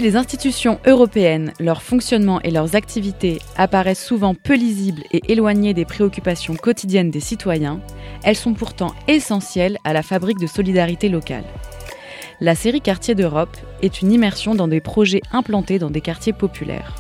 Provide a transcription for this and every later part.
les institutions européennes, leur fonctionnement et leurs activités apparaissent souvent peu lisibles et éloignées des préoccupations quotidiennes des citoyens, elles sont pourtant essentielles à la fabrique de solidarité locale. La série Quartiers d'Europe est une immersion dans des projets implantés dans des quartiers populaires.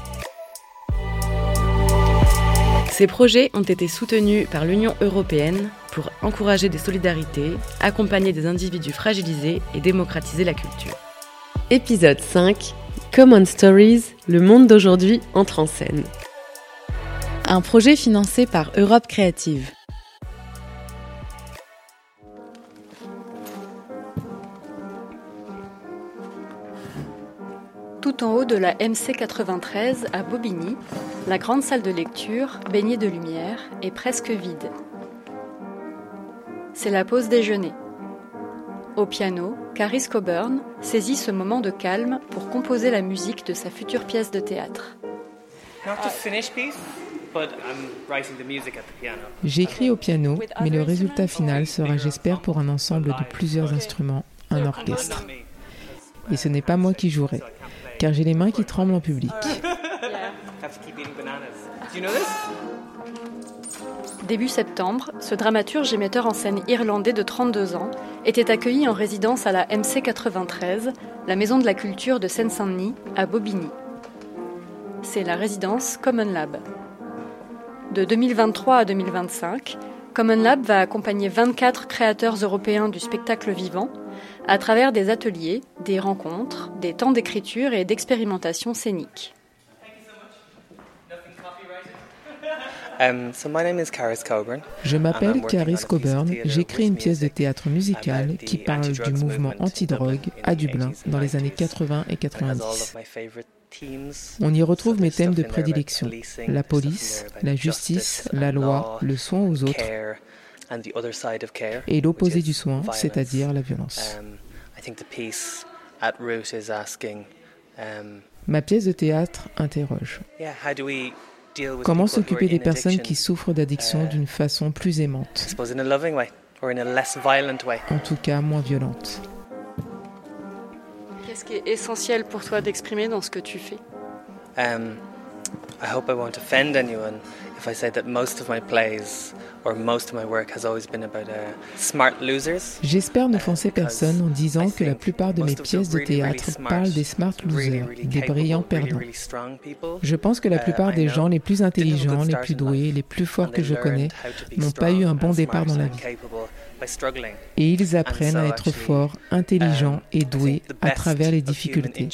Ces projets ont été soutenus par l'Union européenne pour encourager des solidarités, accompagner des individus fragilisés et démocratiser la culture. Épisode 5, Common Stories, le monde d'aujourd'hui entre en scène. Un projet financé par Europe Créative. Tout en haut de la MC93 à Bobigny, la grande salle de lecture, baignée de lumière, est presque vide. C'est la pause déjeuner. Au piano, Caris Coburn saisit ce moment de calme pour composer la musique de sa future pièce de théâtre. J'écris au piano, mais le résultat final sera, j'espère, pour un ensemble de plusieurs instruments, un orchestre. Et ce n'est pas moi qui jouerai, car j'ai les mains qui tremblent en public. Début septembre, ce dramaturge et metteur en scène irlandais de 32 ans était accueilli en résidence à la MC93, la Maison de la Culture de Seine-Saint-Denis, à Bobigny. C'est la résidence Common Lab. De 2023 à 2025, Common Lab va accompagner 24 créateurs européens du spectacle vivant à travers des ateliers, des rencontres, des temps d'écriture et d'expérimentation scénique. Je m'appelle Caris Coburn, j'écris une pièce de théâtre musical qui parle du mouvement anti-drogue à Dublin dans les années 80 et 90. On y retrouve mes thèmes de prédilection, la police, la justice, la loi, le soin aux autres et l'opposé du soin, c'est-à-dire la violence. Ma pièce de théâtre interroge. Comment s'occuper des personnes qui souffrent d'addiction d'une façon plus aimante, en tout cas moins violente. Qu'est-ce qui est essentiel pour toi d'exprimer dans ce que tu fais? I hope I won't offend anyone if I say that most of my plays or most of my work has always been about smart losers. J'espère n'offenser personne en disant que la plupart de mes pièces de théâtre parlent des smart losers, des brillants perdants. Je pense que la plupart des gens les plus intelligents, les plus doués, les plus forts que je connais n'ont pas eu un bon départ dans la vie. Et ils apprennent à être forts, intelligents et doués à travers les difficultés.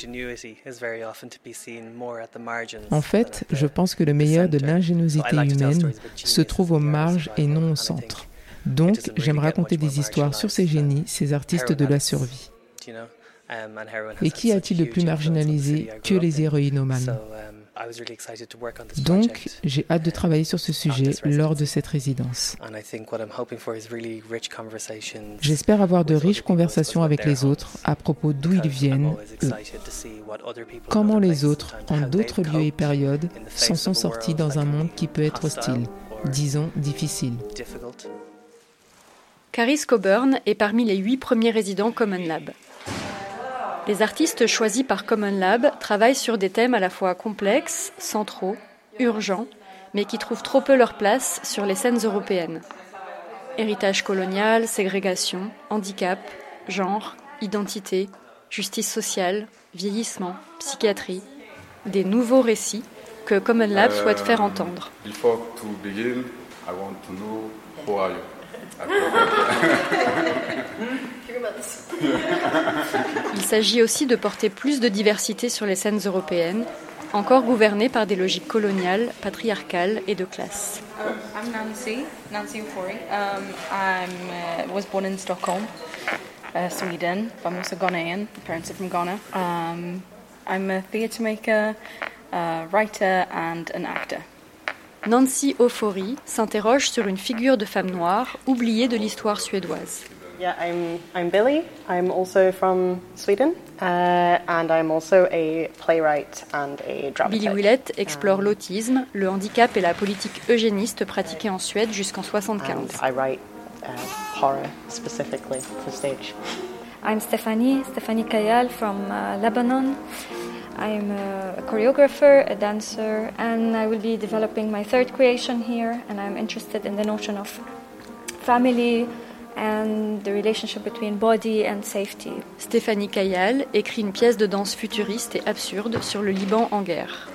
En fait, je pense que le meilleur de l'ingéniosité humaine se trouve aux marges et non au centre. Donc, j'aime raconter des histoires sur ces génies, ces artistes de la survie. Et qu'y a-t-il de plus marginalisé que les héroïnomanes ? Donc, j'ai hâte de travailler sur ce sujet lors de cette résidence. J'espère avoir de riches conversations avec les autres à propos d'où ils viennent, eux. Comment les autres, en d'autres lieux et périodes, s'en sont sortis dans un monde qui peut être hostile, disons difficile. Caris Coburn est parmi les 8 premiers résidents Common Lab. Les artistes choisis par Common Lab travaillent sur des thèmes à la fois complexes, centraux, urgents, mais qui trouvent trop peu leur place sur les scènes européennes. Héritage colonial, ségrégation, handicap, genre, identité, justice sociale, vieillissement, psychiatrie. Des nouveaux récits que Common Lab souhaite faire entendre. Before to begin, I want to know who are you? Il s'agit aussi de porter plus de diversité sur les scènes européennes, encore gouvernées par des logiques coloniales, patriarcales et de classe. I'm Nancy Ufori. I was born in Stockholm, Sweden. I'm also Ghanaian. My parents are from Ghana. I'm a theatre maker, a writer and an actor. Nancy Ufori s'interroge sur une figure de femme noire oubliée de l'histoire suédoise. Yeah, I'm Billy. I'm also from Sweden, and I'm also a playwright and a dramatist. Billy Willett explore l'autisme, le handicap et la politique eugéniste pratiquée en Suède jusqu'en 1975. I write horror specifically for stage. I'm Stephanie Kayal from Lebanon. I'm a choreographer, a dancer, and I will be developing my third creation here, and I'm interested in the notion of family and the relationship between body and safety. Stéphanie Kayal écrit une pièce de danse futuriste et absurde sur le Liban en guerre.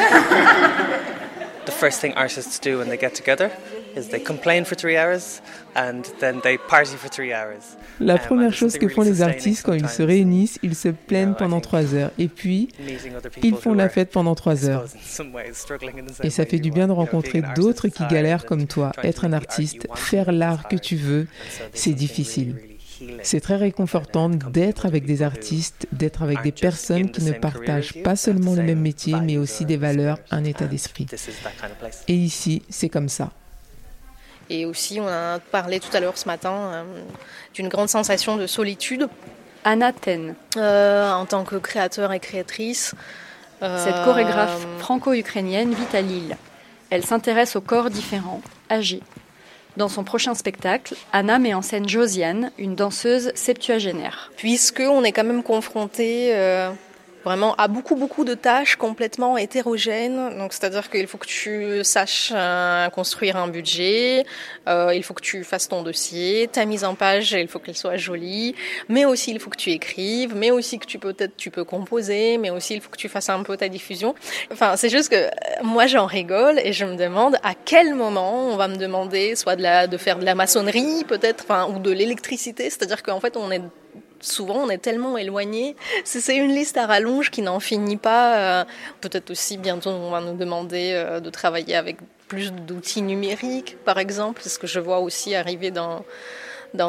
The first thing artists do when they get together is they complain for 3 hours and then they party for 3 hours. La première chose que font les artistes quand ils se réunissent, ils se plaignent pendant 3 heures et puis ils font la fête pendant 3 heures. Et ça fait du bien de rencontrer d'autres qui galèrent comme toi. Être un artiste, faire l'art que tu veux, c'est difficile. C'est très réconfortant d'être avec des artistes, d'être avec des personnes qui ne partagent pas seulement le même métier, mais aussi des valeurs, un état d'esprit. Et ici, c'est comme ça. Et aussi, on a parlé tout à l'heure ce matin d'une grande sensation de solitude. Anna Ten. En tant que créateur et créatrice. Cette chorégraphe franco-ukrainienne vit à Lille. Elle s'intéresse aux corps différents, âgés. Dans son prochain spectacle, Anna met en scène Josiane, une danseuse septuagénaire. Puisqu'on est quand même confronté vraiment à beaucoup de tâches complètement hétérogènes. Donc, c'est-à-dire qu'il faut que tu saches construire un budget, il faut que tu fasses ton dossier, ta mise en page, il faut qu'elle soit jolie, mais aussi il faut que tu écrives, mais aussi que tu peux composer, mais aussi il faut que tu fasses un peu ta diffusion. Enfin, c'est juste que moi j'en rigole et je me demande à quel moment on va me demander soit de faire de la maçonnerie peut-être, ou de l'électricité, c'est-à-dire qu'en fait souvent, on est tellement éloigné. C'est une liste à rallonge qui n'en finit pas. Peut-être aussi, bientôt, on va nous demander de travailler avec plus d'outils numériques, par exemple. C'est ce que je vois aussi arriver dans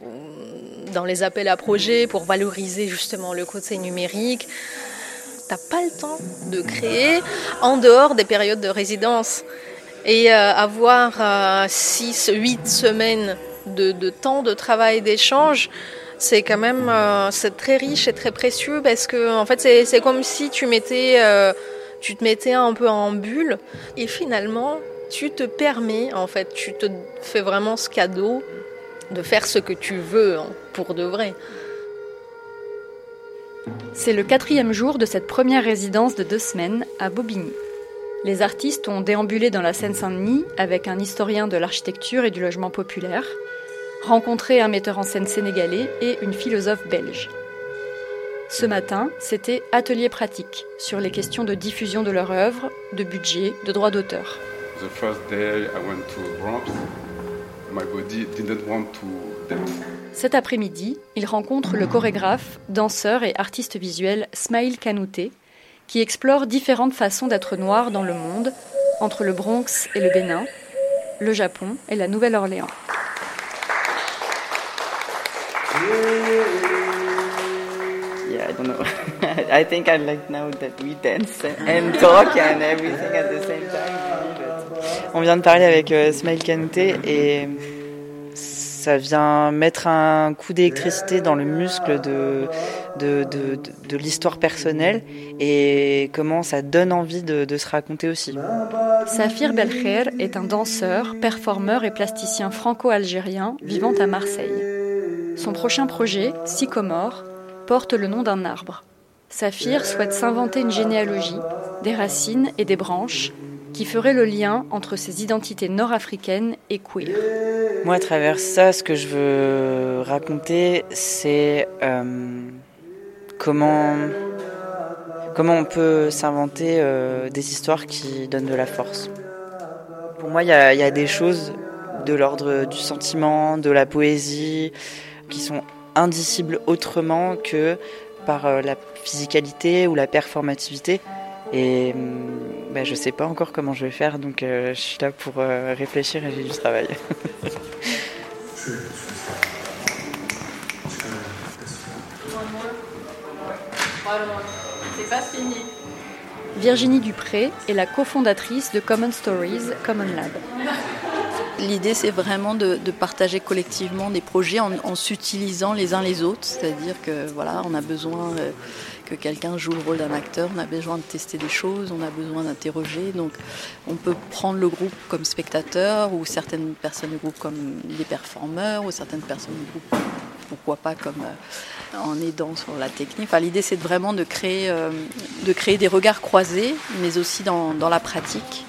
les appels à projets pour valoriser justement le côté numérique. T'as pas le temps de créer en dehors des périodes de résidence. Et avoir 6-8 semaines de temps de travail, d'échange, c'est quand même c'est très riche et très précieux parce que en fait c'est comme si tu te mettais un peu en bulle et finalement tu te permets, en fait tu te fais vraiment ce cadeau de faire ce que tu veux pour de vrai. C'est le 4e jour de cette première résidence de 2 semaines à Bobigny. Les artistes ont déambulé dans la Seine-Saint-Denis avec un historien de l'architecture et du logement populaire, rencontré un metteur en scène sénégalais et une philosophe belge. Ce matin, c'était atelier pratique sur les questions de diffusion de leur œuvre, de budget, de droits d'auteur. The first day I went to Bronx, my body didn't want to dance. Cet après-midi, il rencontre le chorégraphe, danseur et artiste visuel Smaïl Kanouté, qui explore différentes façons d'être noir dans le monde, entre le Bronx et le Bénin, le Japon et la Nouvelle-Orléans. Yeah, I don't know. I think I like now that we dance and talk and everything at the same time. On vient de parler avec Smaïl Kanouté et ça vient mettre un coup d'électricité dans le muscle de l'histoire personnelle et comment ça donne envie de se raconter aussi. Safir Belkher est un danseur, performeur et plasticien franco-algérien vivant à Marseille. Son prochain projet, Sycomore, porte le nom d'un arbre. Safir souhaite s'inventer une généalogie, des racines et des branches qui ferait le lien entre ses identités nord-africaines et queer. Moi, à travers ça, ce que je veux raconter, c'est comment on peut s'inventer des histoires qui donnent de la force. Pour moi, il y a des choses de l'ordre du sentiment, de la poésie, qui sont indicibles autrement que par la physicalité ou la performativité. Et je sais pas encore comment je vais faire, donc je suis là pour réfléchir et j'ai du travail. C'est pas fini. Virginie Dupré est la cofondatrice de Common Stories, Common Lab. L'idée, c'est vraiment de partager collectivement des projets en s'utilisant les uns les autres. C'est-à-dire que voilà, on a besoin que quelqu'un joue le rôle d'un acteur, on a besoin de tester des choses, on a besoin d'interroger. Donc, on peut prendre le groupe comme spectateur ou certaines personnes du groupe comme des performeurs ou certaines personnes du groupe pour pourquoi pas comme en aidant sur la technique. Enfin, l'idée, c'est vraiment de créer des regards croisés, mais aussi dans la pratique.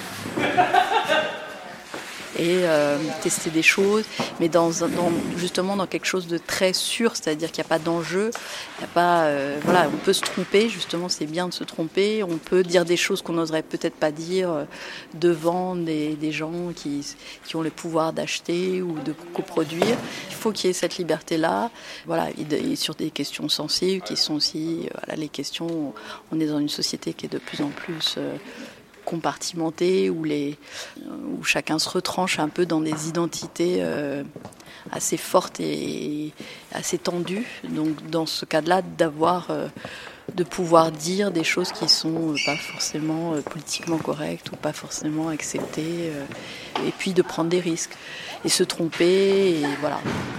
Et tester des choses, mais justement dans quelque chose de très sûr, c'est-à-dire qu'il n'y a pas d'enjeu, il y a pas, voilà, on peut se tromper, justement c'est bien de se tromper, on peut dire des choses qu'on n'oserait peut-être pas dire devant des gens qui ont le pouvoir d'acheter ou de coproduire. Il faut qu'il y ait cette liberté-là, voilà, et sur des questions sensibles qui sont aussi, voilà, les questions, on est dans une société qui est de plus en plus compartimentée, où chacun se retranche un peu dans des identités assez fortes et assez tendues. Donc dans ce cas-là, de pouvoir dire des choses qui sont pas forcément politiquement correctes ou pas forcément acceptées, et puis de prendre des risques et se tromper, et voilà.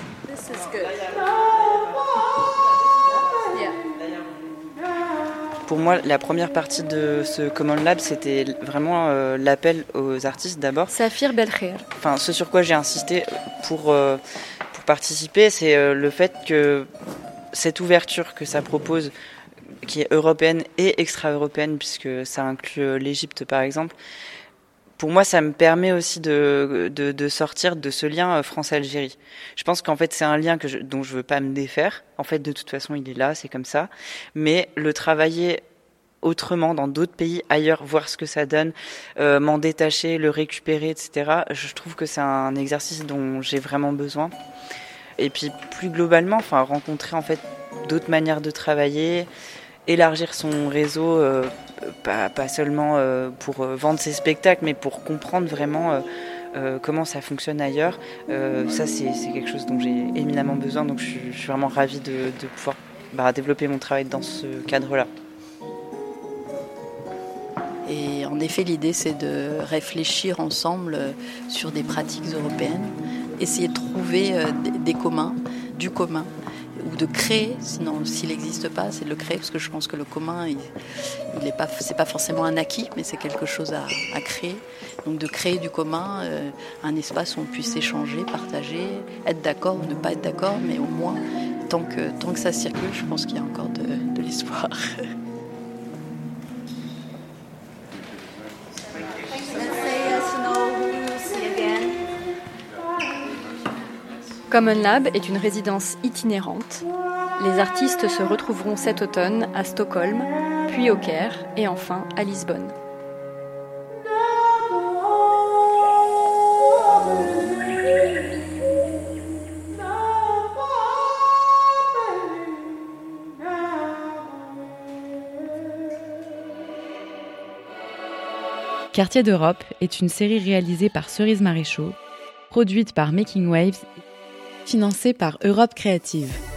Pour moi, la première partie de ce Common Lab, c'était vraiment l'appel aux artistes d'abord. Safir Belkhair. Enfin, ce sur quoi j'ai insisté pour participer, c'est le fait que cette ouverture que ça propose, qui est européenne et extra-européenne, puisque ça inclut l'Égypte par exemple, pour moi, ça me permet aussi de sortir de ce lien France-Algérie. Je pense qu'en fait, c'est un lien dont je veux pas me défaire. En fait, de toute façon, il est là, c'est comme ça. Mais le travailler autrement dans d'autres pays, ailleurs, voir ce que ça donne, m'en détacher, le récupérer, etc. Je trouve que c'est un exercice dont j'ai vraiment besoin. Et puis, plus globalement, enfin, rencontrer en fait d'autres manières de travailler, élargir son réseau, pas seulement pour vendre ses spectacles, mais pour comprendre vraiment comment ça fonctionne ailleurs. Ça, c'est quelque chose dont j'ai éminemment besoin, donc je suis vraiment ravie de pouvoir développer mon travail dans ce cadre-là. Et en effet, l'idée, c'est de réfléchir ensemble sur des pratiques européennes, essayer de trouver des communs, du commun, ou de créer, sinon s'il n'existe pas, c'est de le créer, parce que je pense que le commun, c'est pas forcément un acquis, mais c'est quelque chose à créer. Donc de créer du commun, un espace où on puisse échanger, partager, être d'accord ou ne pas être d'accord, mais au moins, tant que ça circule, je pense qu'il y a encore de l'espoir. Common Lab est une résidence itinérante. Les artistes se retrouveront cet automne à Stockholm, puis au Caire et enfin à Lisbonne. Quartier d'Europe est une série réalisée par Cerise Maréchaux, produite par Making Waves, financée par Europe Créative.